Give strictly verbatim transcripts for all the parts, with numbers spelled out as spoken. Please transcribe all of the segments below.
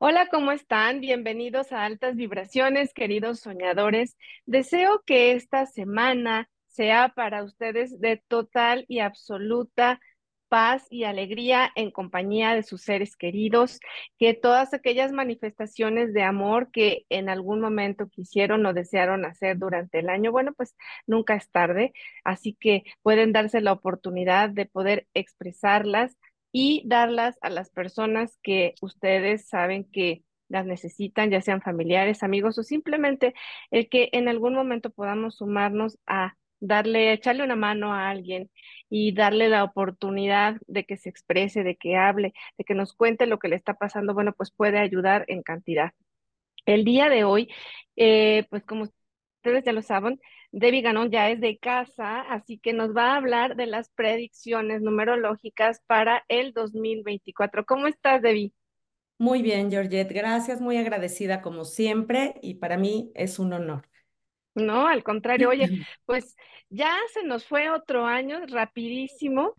Hola, ¿cómo están? Bienvenidos a Altas Vibraciones, queridos soñadores. Deseo que esta semana sea para ustedes de total y absoluta paz y alegría en compañía de sus seres queridos, que todas aquellas manifestaciones de amor que en algún momento quisieron o desearon hacer durante el año, bueno, pues nunca es tarde, así que pueden darse la oportunidad de poder expresarlas y darlas a las personas que ustedes saben que las necesitan, ya sean familiares, amigos o simplemente el que en algún momento podamos sumarnos a darle, echarle una mano a alguien y darle la oportunidad de que se exprese, de que hable, de que nos cuente lo que le está pasando, bueno, pues puede ayudar en cantidad. El día de hoy, eh, pues como ustedes ya lo saben, Debbie Ganón ya es de casa, así que nos va a hablar de las predicciones numerológicas para el dos mil veinticuatro. ¿Cómo estás, Debbie? Muy bien, Georgette, gracias, muy agradecida como siempre y para mí es un honor. No, al contrario, oye, pues ya se nos fue otro año rapidísimo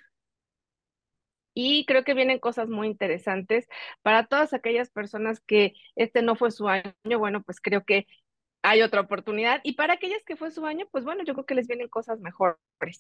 y creo que vienen cosas muy interesantes para todas aquellas personas que este no fue su año. Bueno, pues creo que hay otra oportunidad. Y para aquellas que fue su año, pues bueno, yo creo que les vienen cosas mejores.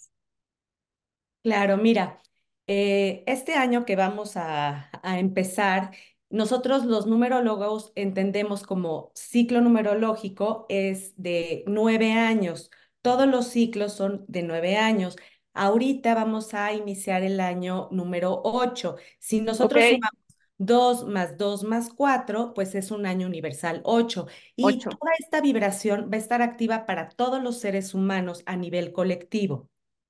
Claro, mira, eh, este año que vamos a, a empezar, nosotros los numerólogos entendemos como ciclo numerológico es de nueve años. Todos los ciclos son de nueve años. Ahorita vamos a iniciar el año número ocho. Si Ok, nosotros sumamos dos más dos más cuatro, pues es un año universal ocho. Y ocho. toda esta vibración va a estar activa para todos los seres humanos a nivel colectivo.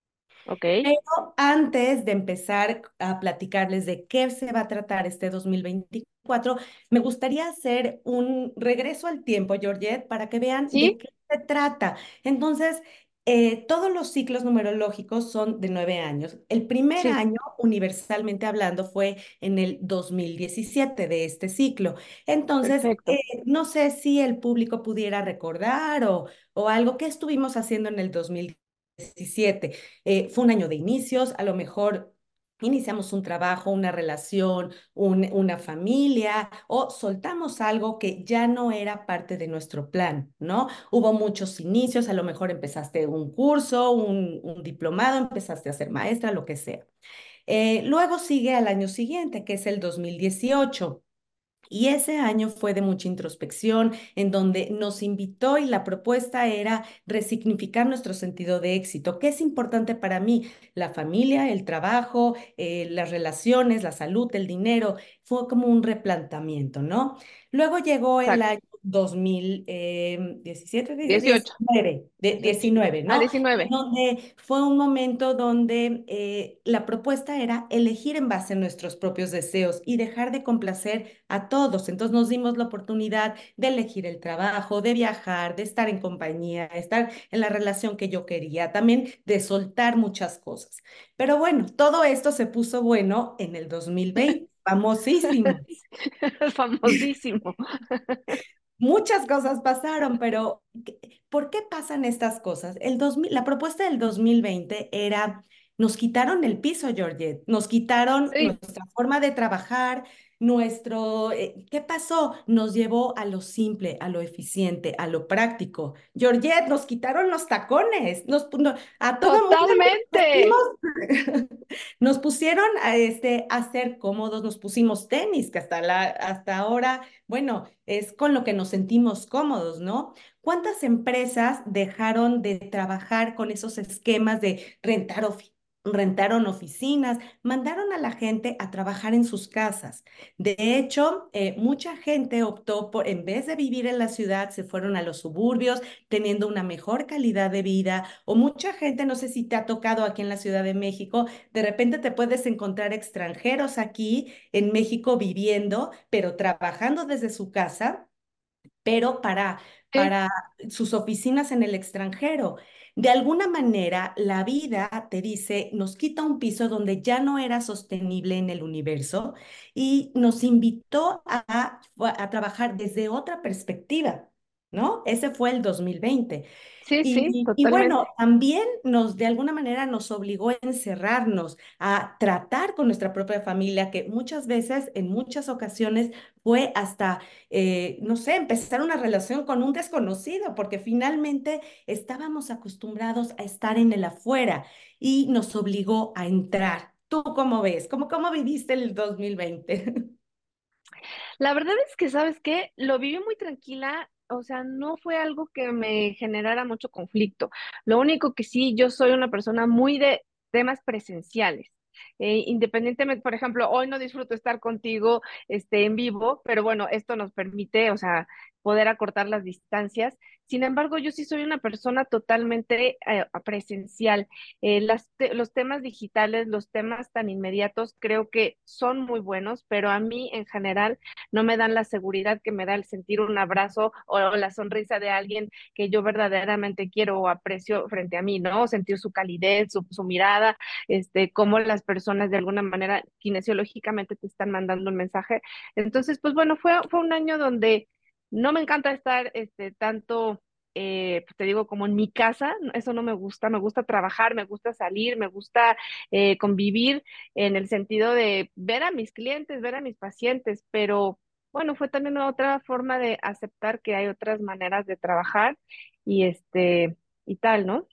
Ok, Pero antes de empezar a platicarles de qué se va a tratar este dos mil veinticuatro, me gustaría hacer un regreso al tiempo, Georgette, para que vean de sí, qué se trata. Entonces, eh, todos los ciclos numerológicos son de nueve años. El primer sí, año, universalmente hablando, fue en el dos mil diecisiete de este ciclo. Entonces, eh, perfecto. no sé si el público pudiera recordar o, o algo que estuvimos haciendo en el dos mil diecisiete. Eh, fue un año de inicios, a lo mejor iniciamos un trabajo, una relación, un- una familia o soltamos algo que ya no era parte de nuestro plan, ¿no? Hubo muchos inicios, a lo mejor empezaste un curso, un, un diplomado, empezaste a ser maestra, lo que sea. Eh, luego sigue al año siguiente, que es el dos mil dieciocho. Y ese año fue de mucha introspección, en donde nos invitó y la propuesta era resignificar nuestro sentido de éxito. ¿Qué es importante para mí? La familia, el trabajo, eh, las relaciones, la salud, el dinero. Fue como un replanteamiento, ¿no? Luego llegó el Exacto. año dos mil diecisiete, Dieciocho, diecinueve, de, dieciocho. diecinueve, Ah, ¿no? En diecinueve. donde fue un momento donde eh, la propuesta era elegir en base a nuestros propios deseos y dejar de complacer a todos. Entonces nos dimos la oportunidad de elegir el trabajo, de viajar, de estar en compañía, de estar en la relación que yo quería, también de soltar muchas cosas. Pero bueno, todo esto se puso bueno en el dos mil veinte, famosísimo. Famosísimo. Muchas cosas pasaron, pero ¿qué- ¿por qué pasan estas cosas? El dos mil, la propuesta del dos mil veinte era, nos quitaron el piso, Georgette, nos quitaron Sí, nuestra forma de trabajar, nuestro, eh, ¿qué pasó? Nos llevó a lo simple, a lo eficiente, a lo práctico. Georgette, nos quitaron los tacones, nos, pu- no- a todo mundo nos totalmente. pusimos, nos pusieron a, este, a ser cómodos, nos pusimos tenis, que hasta, la, hasta ahora, bueno, es con lo que nos sentimos cómodos, ¿no? ¿Cuántas empresas dejaron de trabajar con esos esquemas de rentar ofi- rentaron oficinas, mandaron a la gente a trabajar en sus casas? De hecho, eh, mucha gente optó por, en vez de vivir en la ciudad, se fueron a los suburbios, teniendo una mejor calidad de vida, o mucha gente, no sé si te ha tocado aquí en la Ciudad de México, de repente te puedes encontrar extranjeros aquí en México viviendo, pero trabajando desde su casa, pero para, Sí. para sus oficinas en el extranjero. De alguna manera, la vida te dice, nos quita un piso donde ya no era sostenible en el universo y nos invitó a, a trabajar desde otra perspectiva. ¿no? Ese fue el dos mil veinte. Sí, sí, Y, y bueno, totalmente. también nos, de alguna manera, nos obligó a encerrarnos, a tratar con nuestra propia familia, que muchas veces, en muchas ocasiones, fue hasta, eh, no sé, empezar una relación con un desconocido, porque finalmente estábamos acostumbrados a estar en el afuera y nos obligó a entrar. ¿Tú cómo ves? ¿Cómo, cómo viviste el dos mil veinte? La verdad es que, ¿sabes qué? Lo viví muy tranquila, o sea, no fue algo que me generara mucho conflicto. Lo único que sí, yo soy una persona muy de temas presenciales. Eh, independientemente, por ejemplo, hoy no disfruto estar contigo, este, en vivo, pero bueno, esto nos permite, o sea, poder acortar las distancias. Sin embargo, yo sí soy una persona totalmente eh, presencial. Eh, las te- los temas digitales, los temas tan inmediatos, creo que son muy buenos, pero a mí en general no me dan la seguridad que me da el sentir un abrazo o la sonrisa de alguien que yo verdaderamente quiero o aprecio frente a mí, ¿no? Sentir su calidez, su, su mirada, este, cómo las personas de alguna manera kinesiológicamente te están mandando un mensaje. Entonces, pues bueno, fue, fue un año donde no me encanta estar este, tanto, eh, pues te digo, como en mi casa, eso no me gusta, me gusta trabajar, me gusta salir, me gusta eh, convivir en el sentido de ver a mis clientes, ver a mis pacientes, pero bueno, fue también otra forma de aceptar que hay otras maneras de trabajar y este y tal, ¿no?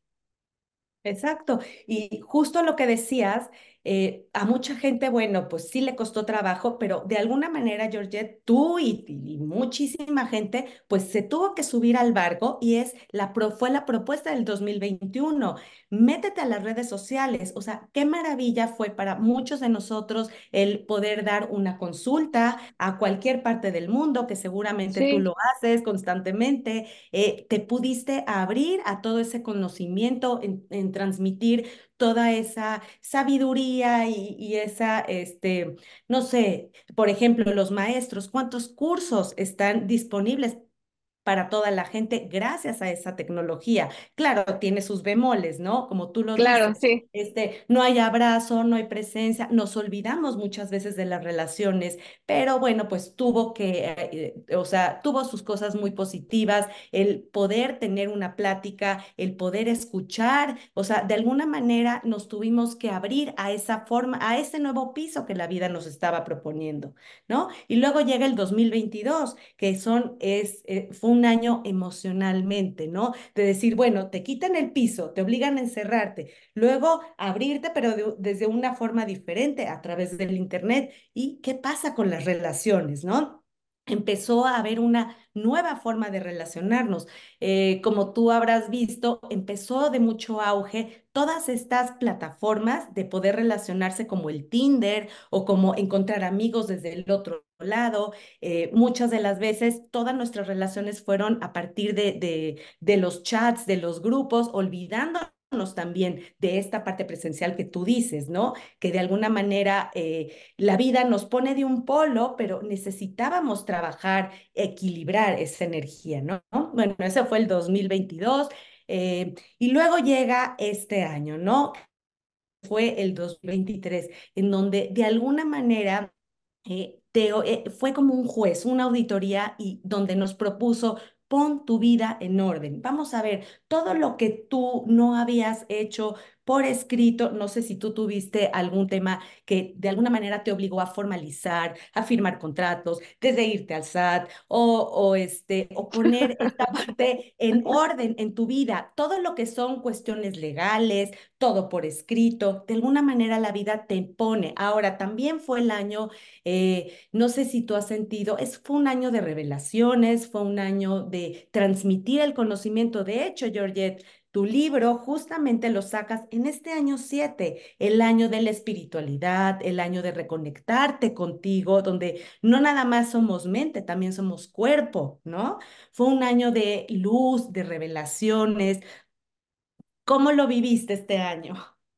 Exacto. Y justo lo que decías, eh, a mucha gente, bueno, pues sí le costó trabajo, pero de alguna manera, Georgette, tú y, y muchísima gente, pues se tuvo que subir al barco y es la pro- fue la propuesta del dos mil veintiuno. Métete a las redes sociales. O sea, qué maravilla fue para muchos de nosotros el poder dar una consulta a cualquier parte del mundo, que seguramente tú Sí, lo haces constantemente. Eh, te pudiste abrir a todo ese conocimiento, en, en transmitir toda esa sabiduría y, y esa, este, no sé, por ejemplo, los maestros, ¿cuántos cursos están disponibles para toda la gente gracias a esa tecnología? Claro, tiene sus bemoles, ¿no? Como tú lo claro, dices. sí. Este, no hay abrazo, no hay presencia, nos olvidamos muchas veces de las relaciones, pero bueno, pues tuvo que, eh, eh, o sea, tuvo sus cosas muy positivas, el poder tener una plática, el poder escuchar, o sea, de alguna manera nos tuvimos que abrir a esa forma, a ese nuevo piso que la vida nos estaba proponiendo, ¿no? Y luego llega el dos mil veintidós, que son, es, eh, fue un año emocionalmente, ¿no? De decir, bueno, te quitan el piso, te obligan a encerrarte, luego abrirte, pero de- desde una forma diferente a través del Internet. ¿Y qué pasa con las relaciones, no? Empezó a haber una nueva forma de relacionarnos. Eh, como tú habrás visto, empezó de mucho auge todas estas plataformas de poder relacionarse como el Tinder o como encontrar amigos desde el otro lado. Eh, muchas de las veces todas nuestras relaciones fueron a partir de, de, de los chats, de los grupos, olvidando también de esta parte presencial que tú dices, ¿no? Que de alguna manera eh, la vida nos pone de un polo, pero necesitábamos trabajar, equilibrar esa energía, ¿no? Bueno, ese fue el dos mil veintidós, eh, y luego llega este año, ¿no? Fue el dos mil veintitrés, en donde de alguna manera eh, te- eh, fue como un juez, una auditoría y donde nos propuso, pon tu vida en orden. Vamos a ver todo lo que tú no habías hecho por escrito. No sé si tú tuviste algún tema que de alguna manera te obligó a formalizar, a firmar contratos, desde irte al S A T o, o, este, o poner esta parte en orden en tu vida. Todo lo que son cuestiones legales, todo por escrito, de alguna manera la vida te pone. Ahora, también fue el año, eh, no sé si tú has sentido, es, fue un año de revelaciones, fue un año de transmitir el conocimiento. De hecho, Georgette, tu libro justamente lo sacas en este año siete, el año de la espiritualidad, el año de reconectarte contigo, donde no nada más somos mente, también somos cuerpo, ¿no? Fue un año de luz, de revelaciones. ¿Cómo lo viviste este año?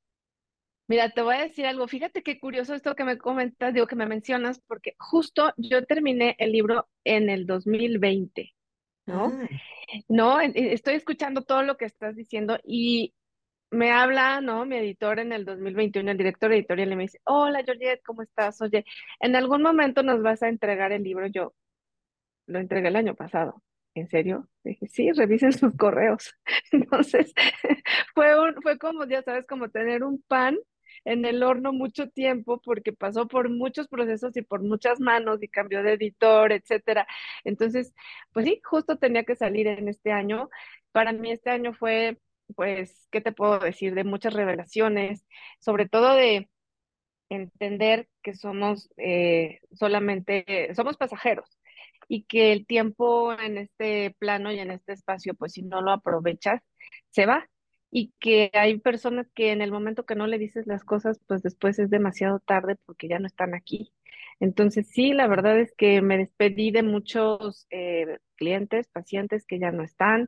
Mira, te voy a decir algo. Fíjate qué curioso esto que me comentas, digo que me mencionas, porque justo yo terminé el libro en el dos mil veinte, ¿no? Ah, No, e- e- estoy escuchando todo lo que estás diciendo y me habla, ¿no? Mi editor en el dos mil veintiuno, el director editorial, y me dice, hola, Georgette, ¿cómo estás? Oye, en algún momento nos vas a entregar el libro. Yo lo entregué el año pasado. ¿en serio? Dije, sí, revisen sus correos. Entonces, fue un, fue como, ya sabes, como tener un pan en el horno mucho tiempo porque pasó por muchos procesos y por muchas manos y cambió de editor, etcétera. Entonces, pues sí, justo tenía que salir en este año. Para mí este año fue, pues, ¿qué te puedo decir? De muchas revelaciones, sobre todo de entender que somos eh, solamente, somos pasajeros y que el tiempo en este plano y en este espacio, pues si no lo aprovechas, se va. Y que hay personas que en el momento que no le dices las cosas, pues después es demasiado tarde porque ya no están aquí. Entonces, sí, la verdad es que me despedí de muchos eh, clientes, pacientes que ya no están.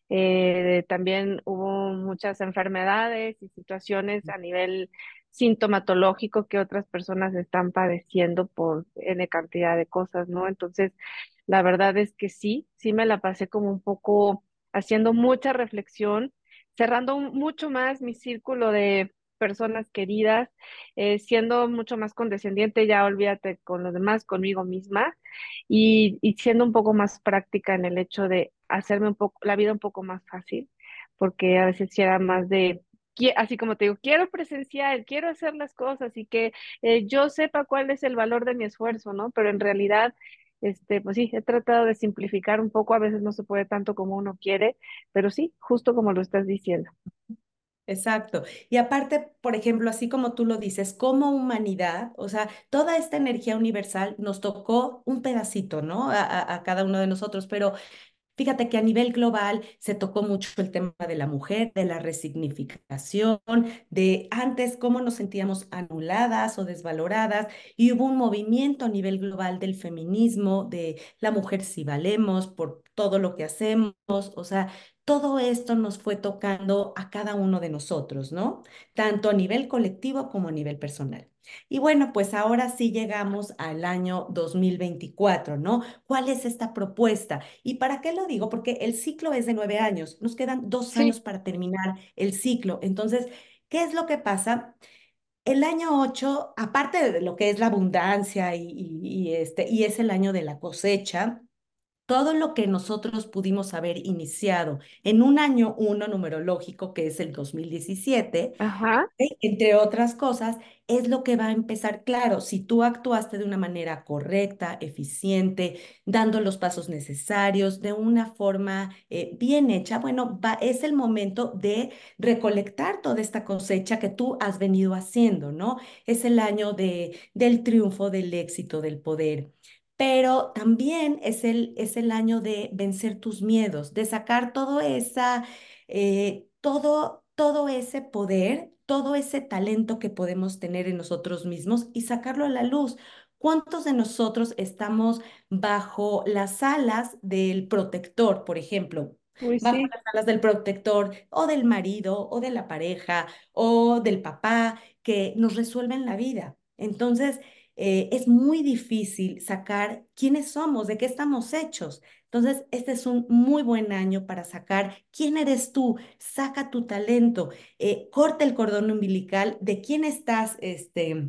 Eh, también hubo muchas enfermedades y situaciones a nivel sintomatológico que otras personas están padeciendo por N cantidad de cosas, ¿no? Entonces, la verdad es que sí, sí me la pasé como un poco haciendo mucha reflexión, cerrando un- mucho más mi círculo de personas queridas, eh, siendo mucho más condescendiente, ya olvídate con los demás, conmigo misma, y, y siendo un poco más práctica en el hecho de hacerme un poco, la vida un poco más fácil, porque a veces sí era más de qui- así como te digo, quiero presenciar, quiero hacer las cosas y que eh, yo sepa cuál es el valor de mi esfuerzo, ¿no? Pero en realidad, este, pues sí, he tratado de simplificar un poco, a veces no se puede tanto como uno quiere, pero sí, justo como lo estás diciendo. Exacto. Y aparte, por ejemplo, así como tú lo dices, como humanidad, o sea, toda esta energía universal nos tocó un pedacito, ¿no? A, a- a cada uno de nosotros, pero fíjate que a nivel global se tocó mucho el tema de la mujer, de la resignificación, de antes cómo nos sentíamos anuladas o desvaloradas, y hubo un movimiento a nivel global del feminismo, de la mujer si valemos por todo lo que hacemos, o sea, todo esto nos fue tocando a cada uno de nosotros, ¿no? Tanto a nivel colectivo como a nivel personal. Y bueno, pues ahora sí llegamos al año dos mil veinticuatro, ¿no? ¿Cuál es esta propuesta? ¿Y para qué lo digo? Porque el ciclo es de nueve años, nos quedan dos Sí, años para terminar el ciclo. Entonces, ¿qué es lo que pasa? El año ocho, aparte de lo que es la abundancia y, y, y este, y es el año de la cosecha, todo lo que nosotros pudimos haber iniciado en un año uno numerológico, que es el dos mil diecisiete, ajá, ¿ok? Entre otras cosas, es lo que va a empezar. Claro, si tú actuaste de una manera correcta, eficiente, dando los pasos necesarios, de una forma eh, bien hecha, bueno, va, es el momento de recolectar toda esta cosecha que tú has venido haciendo, ¿no? Es el año de, del triunfo, del éxito, del poder. Pero también es el, es el año de vencer tus miedos, de sacar todo esa, eh, todo, todo ese poder, todo ese talento que podemos tener en nosotros mismos y sacarlo a la luz. ¿Cuántos de nosotros estamos bajo las alas del protector, por ejemplo? uy, Bajo sí. las alas del protector o del marido o de la pareja o del papá que nos resuelven la vida. Entonces, eh, es muy difícil sacar quiénes somos, de qué estamos hechos. Entonces, este es un muy buen año para sacar quién eres tú, saca tu talento, eh, corta el cordón umbilical de quién estás, este,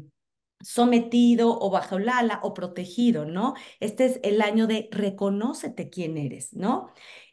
sometido o bajo el ala o protegido, ¿no? Este es el año de reconócete quién eres, ¿no?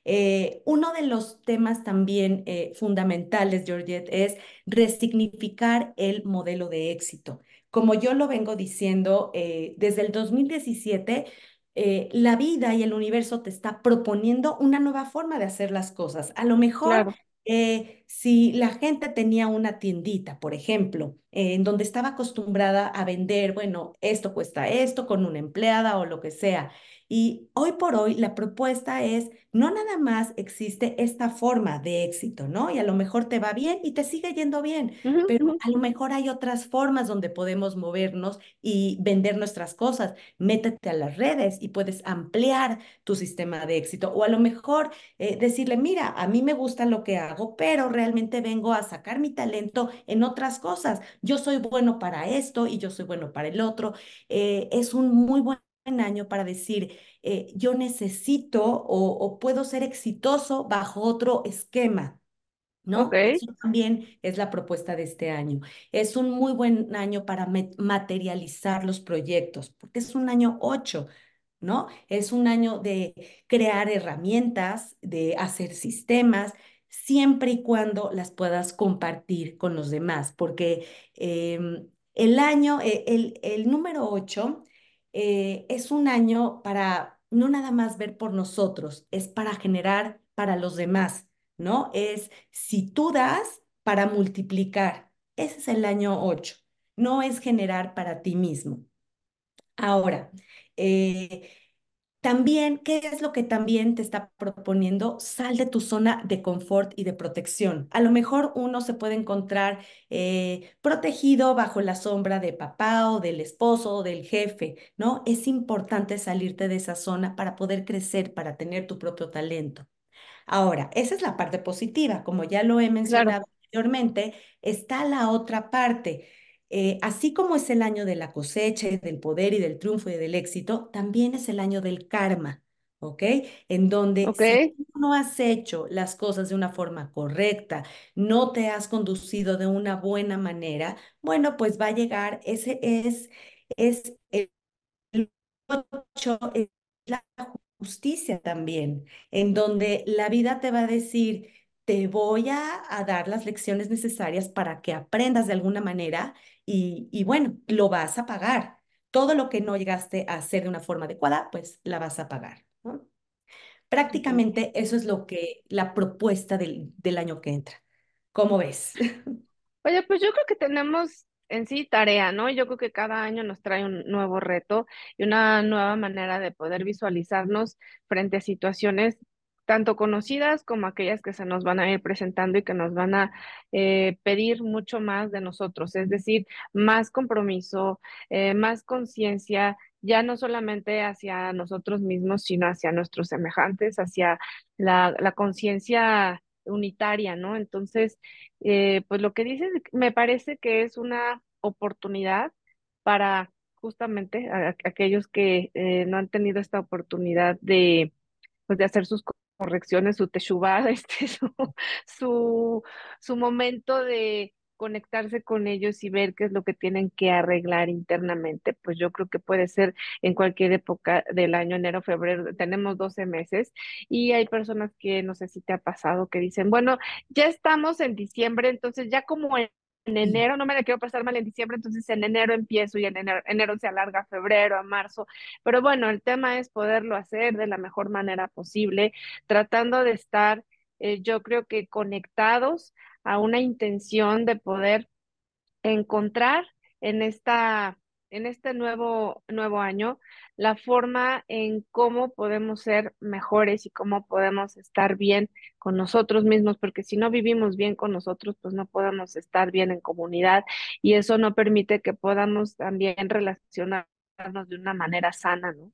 Eh, uno de los temas también eh, fundamentales, Georgette, es resignificar el modelo de éxito. Como yo lo vengo diciendo, eh, desde el dos mil diecisiete, eh, la vida y el universo te está proponiendo una nueva forma de hacer las cosas. A lo mejor, Claro. eh, si la gente tenía una tiendita, por ejemplo, eh, en donde estaba acostumbrada a vender, bueno, esto cuesta esto con una empleada o lo que sea. Y hoy por hoy la propuesta es, no nada más existe esta forma de éxito, ¿no? Y a lo mejor te va bien y te sigue yendo bien, Ujú, pero ujú. a lo mejor hay otras formas donde podemos movernos y vender nuestras cosas. Métete a las redes y puedes ampliar tu sistema de éxito. O a lo mejor eh, decirle, mira, a mí me gusta lo que hago, pero realmente vengo a sacar mi talento en otras cosas. Yo soy bueno para esto y yo soy bueno para el otro. Eh, es un muy buen año para decir, eh, yo necesito o, o puedo ser exitoso bajo otro esquema. Ok, ¿No? Eso también es la propuesta de este año. Es un muy buen año para me- materializar los proyectos, porque es un año ocho. ¿no? Es un año de crear herramientas, de hacer sistemas, siempre y cuando las puedas compartir con los demás, porque em, el año, eh, el, el número ocho eh, es un año para no nada más ver por nosotros, es para generar para los demás, ¿no? Es si tú das para multiplicar. Ese es el año ocho. No es generar para ti mismo. Ahora, eh, también, ¿qué es lo que también te está proponiendo? Sal de tu zona de confort y de protección. A lo mejor uno se puede encontrar eh, protegido bajo la sombra de papá o del esposo o del jefe, ¿no? Es importante salirte de esa zona para poder crecer, para tener tu propio talento. Ahora, esa es la parte positiva. Como ya lo he Claro, mencionado anteriormente, está la otra parte. Eh, así como es el año de la cosecha, y del poder y del triunfo y del éxito, también es el año del karma, ¿ok? En donde ok. si tú no has hecho las cosas de una forma correcta, no te has conducido de una buena manera, bueno, pues va a llegar, ese es, es el ocho es la justicia también, en donde la vida te va a decir, te voy a, a dar las lecciones necesarias para que aprendas de alguna manera y, y bueno, lo vas a pagar. Todo lo que no llegaste a hacer de una forma adecuada, pues la vas a pagar, ¿no? Ok. Prácticamente eso es lo que, la propuesta del, del año que entra. ¿Cómo ves? Oye, pues yo creo que tenemos en sí tarea, ¿no? Yo creo que cada año nos trae un nuevo reto y una nueva manera de poder visualizarnos frente a situaciones tanto conocidas como aquellas que se nos van a ir presentando y que nos van a eh, pedir mucho más de nosotros, es decir, más compromiso, eh, más conciencia, ya no solamente hacia nosotros mismos, sino hacia nuestros semejantes, hacia la, la conciencia unitaria, ¿no? Entonces, eh, pues lo que dices me parece que es una oportunidad para justamente a- a- aquellos que eh, no han tenido esta oportunidad de, pues, de hacer sus co- correcciones, su teshuvá, este, su, su, su momento de conectarse con ellos y ver qué es lo que tienen que arreglar internamente. Pues yo creo que puede ser en cualquier época del año, enero, febrero, tenemos doce meses y hay personas que no sé si te ha pasado que dicen, bueno, ya estamos en diciembre, entonces ya como en, en Sí. enero, no me la quiero pasar mal en diciembre, entonces en enero empiezo y en enero, enero se alarga a febrero, a marzo. Pero bueno, el tema es poderlo hacer de la mejor manera posible, tratando de estar, eh, yo creo que conectados a una intención de poder encontrar en esta, en este nuevo, nuevo año la forma en cómo podemos ser mejores y cómo podemos estar bien con nosotros mismos, porque si no vivimos bien con nosotros, pues no podemos estar bien en comunidad y eso no permite que podamos también relacionarnos de una manera sana, ¿no?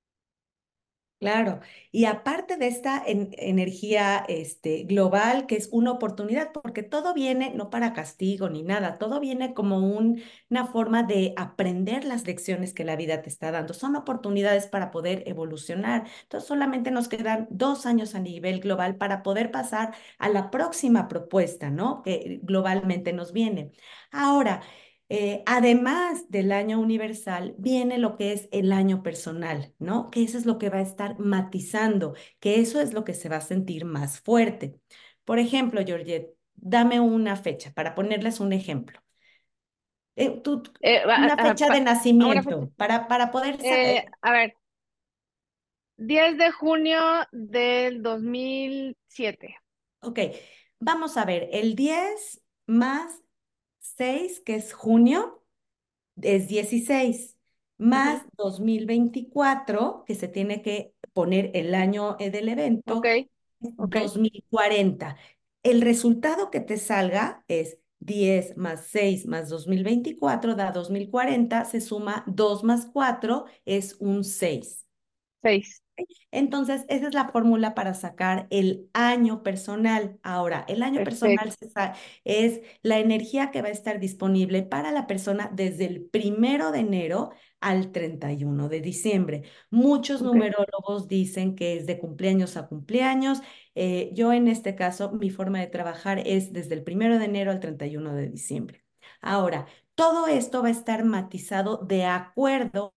Claro, y aparte de esta en- energía este, global, que es una oportunidad, porque todo viene no para castigo ni nada, todo viene como un- una forma de aprender las lecciones que la vida te está dando. Son oportunidades para poder evolucionar. Entonces, solamente nos quedan dos años a nivel global para poder pasar a la próxima propuesta, ¿no? Que globalmente nos viene. Ahora, eh, además del año universal, viene lo que es el año personal, ¿no? Que eso es lo que va a estar matizando, que eso es lo que se va a sentir más fuerte. Por ejemplo, Georgette, dame una fecha para ponerles un ejemplo. Eh, tú- Eh, va- una a, fecha de pa- a una fecha. nacimiento para, para poder Eh, saber. a ver, diez de junio del dos mil siete. Ok, vamos a ver, el diez más seis, que es junio. Es dieciséis Ujú. más dos mil veinticuatro que se tiene que poner el año eh, del evento, Ok, es ok, dos mil cuarenta. El resultado que te salga es diez más seis más dos mil veinticuatro da dos mil cuarenta, se suma dos más cuatro es un seis. seis. Entonces, esa es la fórmula para sacar el año personal. Ahora, el año personal Perfecto. se sa- es la energía que va a estar disponible para la persona desde el primero de enero al treinta y uno de diciembre. Muchos Ok. numerólogos dicen que es de cumpleaños a cumpleaños. Eh, yo en este caso, mi forma de trabajar es desde el primero de enero al treinta y uno de diciembre. Ahora, todo esto va a estar matizado de acuerdo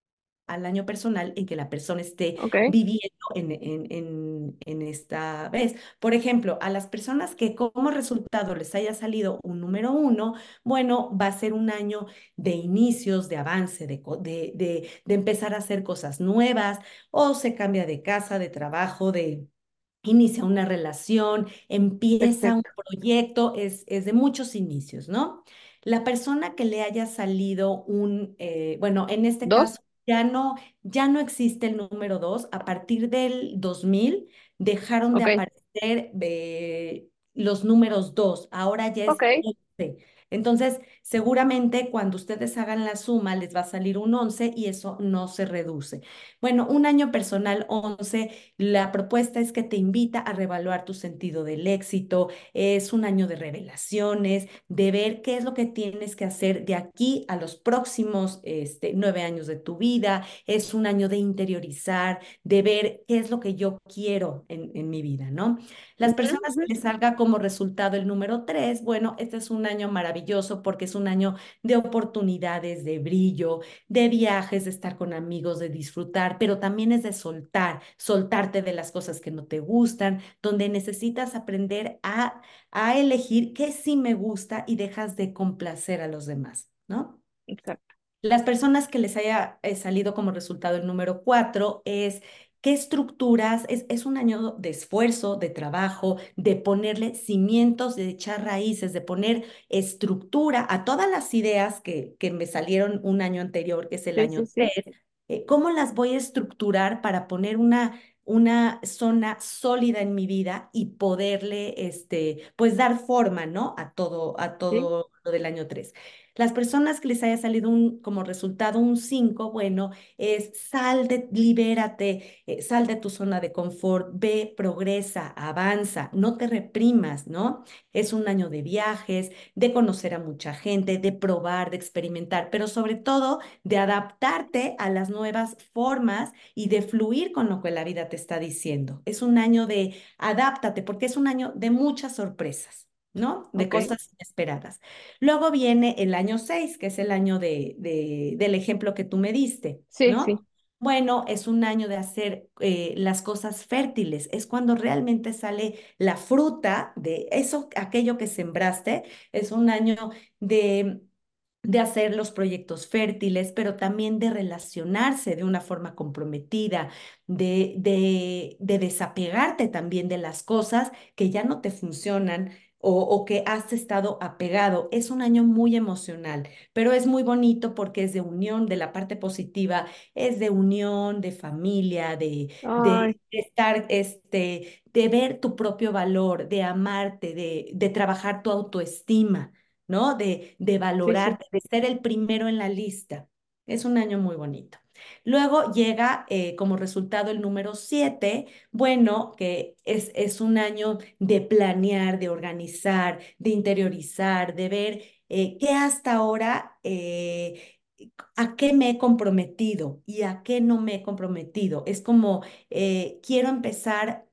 al año personal en que la persona esté ok, viviendo en, en, en, en esta vez. Por ejemplo, a las personas que como resultado les haya salido un número uno, bueno, va a ser un año de inicios, de avance, de, co- de, de, de empezar a hacer cosas nuevas, o se cambia de casa, de trabajo, de inicia una relación, empieza un perfecto. proyecto, es, es de muchos inicios, ¿no? La persona que le haya salido un, eh, bueno, en este ¿Dos? caso ya no, ya no existe el número dos. A partir del dos mil dejaron de Ok, aparecer eh, los números dos, ahora ya ok, es once. Entonces, seguramente cuando ustedes hagan la suma les va a salir un once y eso no se reduce. Bueno, un año personal once, la propuesta es que te invita a reevaluar tu sentido del éxito. Es un año de revelaciones, de ver qué es lo que tienes que hacer de aquí a los próximos este, nueve años de tu vida. Es un año de interiorizar, de ver qué es lo que yo quiero en, en mi vida, ¿no? Las ujú, personas ujú, que les salga como resultado el número tres, bueno, este es un año maravilloso porque es un año de oportunidades, de brillo, de viajes, de estar con amigos, de disfrutar, pero también es de soltar, soltarte de las cosas que no te gustan, donde necesitas aprender a, a elegir qué sí me gusta y dejas de complacer a los demás, ¿no? exacto. Las personas que les haya eh, salido como resultado el número cuatro es qué estructuras, es, es un año de esfuerzo, de trabajo, de ponerle cimientos, de echar raíces, de poner estructura a todas las ideas que, que me salieron un año anterior, que es el Sí, sí, año tres. sí, Eh, ¿cómo las voy a estructurar para poner una, una zona sólida en mi vida y poderle, este, pues dar forma, ¿no? A todo, a sí, todo lo del año tres. Las personas que les haya salido un, como resultado un cinco, bueno, es sal de, libérate, eh, sal de tu zona de confort, ve, progresa, avanza, no te reprimas, ¿no? Es un año de viajes, de conocer a mucha gente, de probar, de experimentar, pero sobre todo de adaptarte a las nuevas formas y de fluir con lo que la vida te está diciendo. Es un año de adáptate, porque es un año de muchas sorpresas, ¿no? De ok. cosas inesperadas. Luego viene el año seis, que es el año de, de- del ejemplo que tú me diste, Sí, ¿no? sí, Bueno, es un año de hacer eh, las cosas fértiles, es cuando realmente sale la fruta de eso, aquello que sembraste, es un año de, de hacer los proyectos fértiles, pero también de relacionarse de una forma comprometida, de, de, de desapegarte también de las cosas que ya no te funcionan o, o que has estado apegado. Es un año muy emocional, pero es muy bonito porque es de unión, de la parte positiva, es de unión, de familia, de, ay, de estar, este, de ver tu propio valor, de amarte, de, de trabajar tu autoestima, ¿no? De, de sí, sí, valorarte, de ser el primero en la lista. Es un año muy bonito. Luego llega eh, como resultado el número siete, bueno, que es, es un año de planear, de organizar, de interiorizar, de ver eh, qué hasta ahora, eh, a qué me he comprometido y a qué no me he comprometido. Es como eh, quiero empezar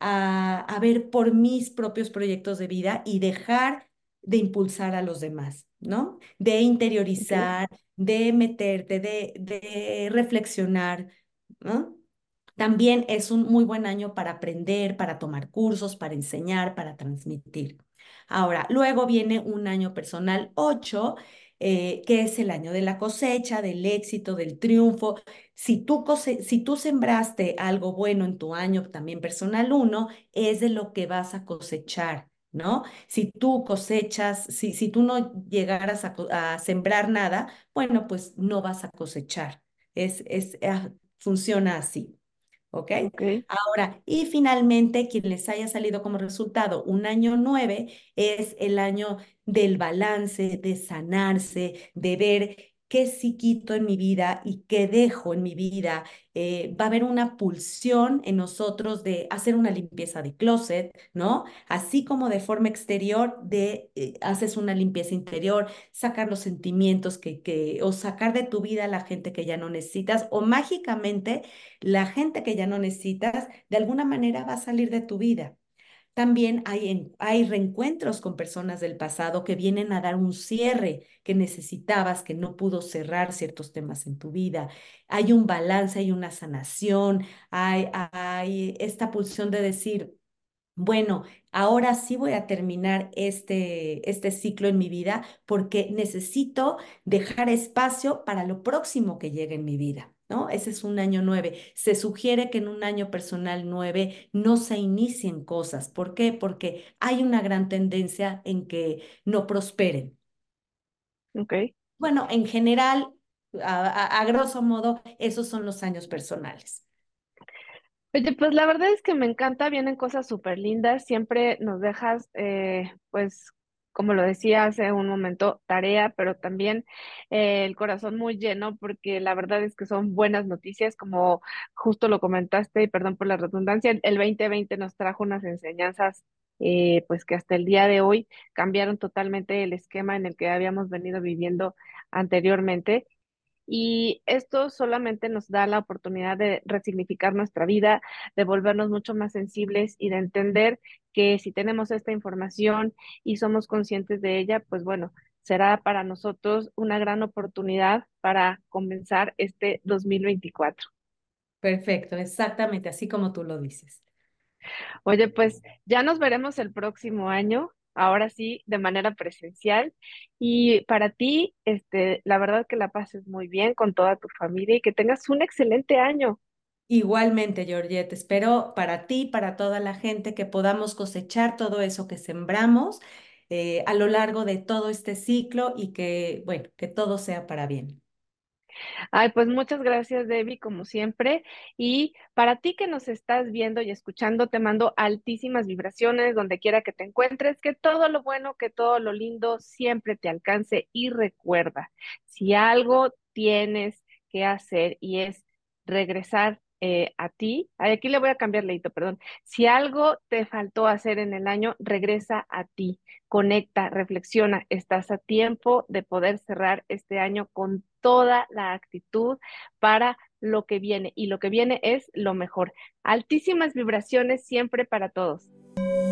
a, a ver por mis propios proyectos de vida y dejar de impulsar a los demás, ¿no? De ok, interiorizar, de meterte, de, de reflexionar, ¿no? También es un muy buen año para aprender, para tomar cursos, para enseñar, para transmitir. Ahora, luego viene un año personal ocho, eh, que es el año de la cosecha, del éxito, del triunfo. Si tú, cose si tú sembraste algo bueno en tu año también personal uno, es de lo que vas a cosechar, ¿no? Si tú cosechas, si, si tú no llegaras a, co- a sembrar nada, bueno, pues no vas a cosechar. Es, es, ah, funciona así. ¿Ok? ok, Ahora, y finalmente, quien les haya salido como resultado un año nueve es el año del balance, de sanarse, de ver qué sí quito en mi vida y qué dejo en mi vida. Eh, va a haber una pulsión en nosotros de hacer una limpieza de closet, ¿no? Así como de forma exterior, de eh, haces una limpieza interior, sacar los sentimientos que, que, o sacar de tu vida a la gente que ya no necesitas, o mágicamente la gente que ya no necesitas, de alguna manera va a salir de tu vida. También hay, en- hay reencuentros con personas del pasado que vienen a dar un cierre que necesitabas, que no pudo cerrar ciertos temas en tu vida. Hay un balance, hay una sanación, hay, hay esta pulsión de decir, bueno, ahora sí voy a terminar este, este ciclo en mi vida porque necesito dejar espacio para lo próximo que llegue en mi vida, ¿no? Ese es un año nueve. Se sugiere que en un año personal nueve no se inicien cosas. ¿Por qué? Porque hay una gran tendencia en que no prosperen. ¿ok? Bueno, en general, a, a a grosso modo, esos son los años personales. Oye, pues la verdad es que me encanta, vienen cosas súper lindas, siempre nos dejas, eh, pues, como lo decía hace un momento, tarea, pero también eh, el corazón muy lleno, porque la verdad es que son buenas noticias, como justo lo comentaste, y perdón por la redundancia, el veinte veinte nos trajo unas enseñanzas, eh, pues que hasta el día de hoy cambiaron totalmente el esquema en el que habíamos venido viviendo anteriormente. Y esto solamente nos da la oportunidad de resignificar nuestra vida, de volvernos mucho más sensibles y de entender que si tenemos esta información y somos conscientes de ella, pues bueno, será para nosotros una gran oportunidad para comenzar este dos mil veinticuatro. Perfecto, exactamente así como tú lo dices. Oye, pues ya nos veremos el próximo año, ahora sí, de manera presencial. Y para ti, este, la verdad que la pases muy bien con toda tu familia y que tengas un excelente año. Igualmente, Georgette, espero para ti, para toda la gente, que podamos cosechar todo eso que sembramos eh, a lo largo de todo este ciclo y que, bueno, que todo sea para bien. Ay, pues muchas gracias, Debbie, como siempre. Y para ti que nos estás viendo y escuchando, te mando altísimas vibraciones donde quiera que te encuentres, que todo lo bueno, que todo lo lindo siempre te alcance. Y recuerda, si algo tienes que hacer y es regresar eh, a ti, ay, aquí le voy a cambiar, Leito, perdón. Si algo te faltó hacer en el año, regresa a ti, conecta, reflexiona, estás a tiempo de poder cerrar este año con toda la actitud para lo que viene y lo que viene es lo mejor. Altísimas vibraciones siempre para todos.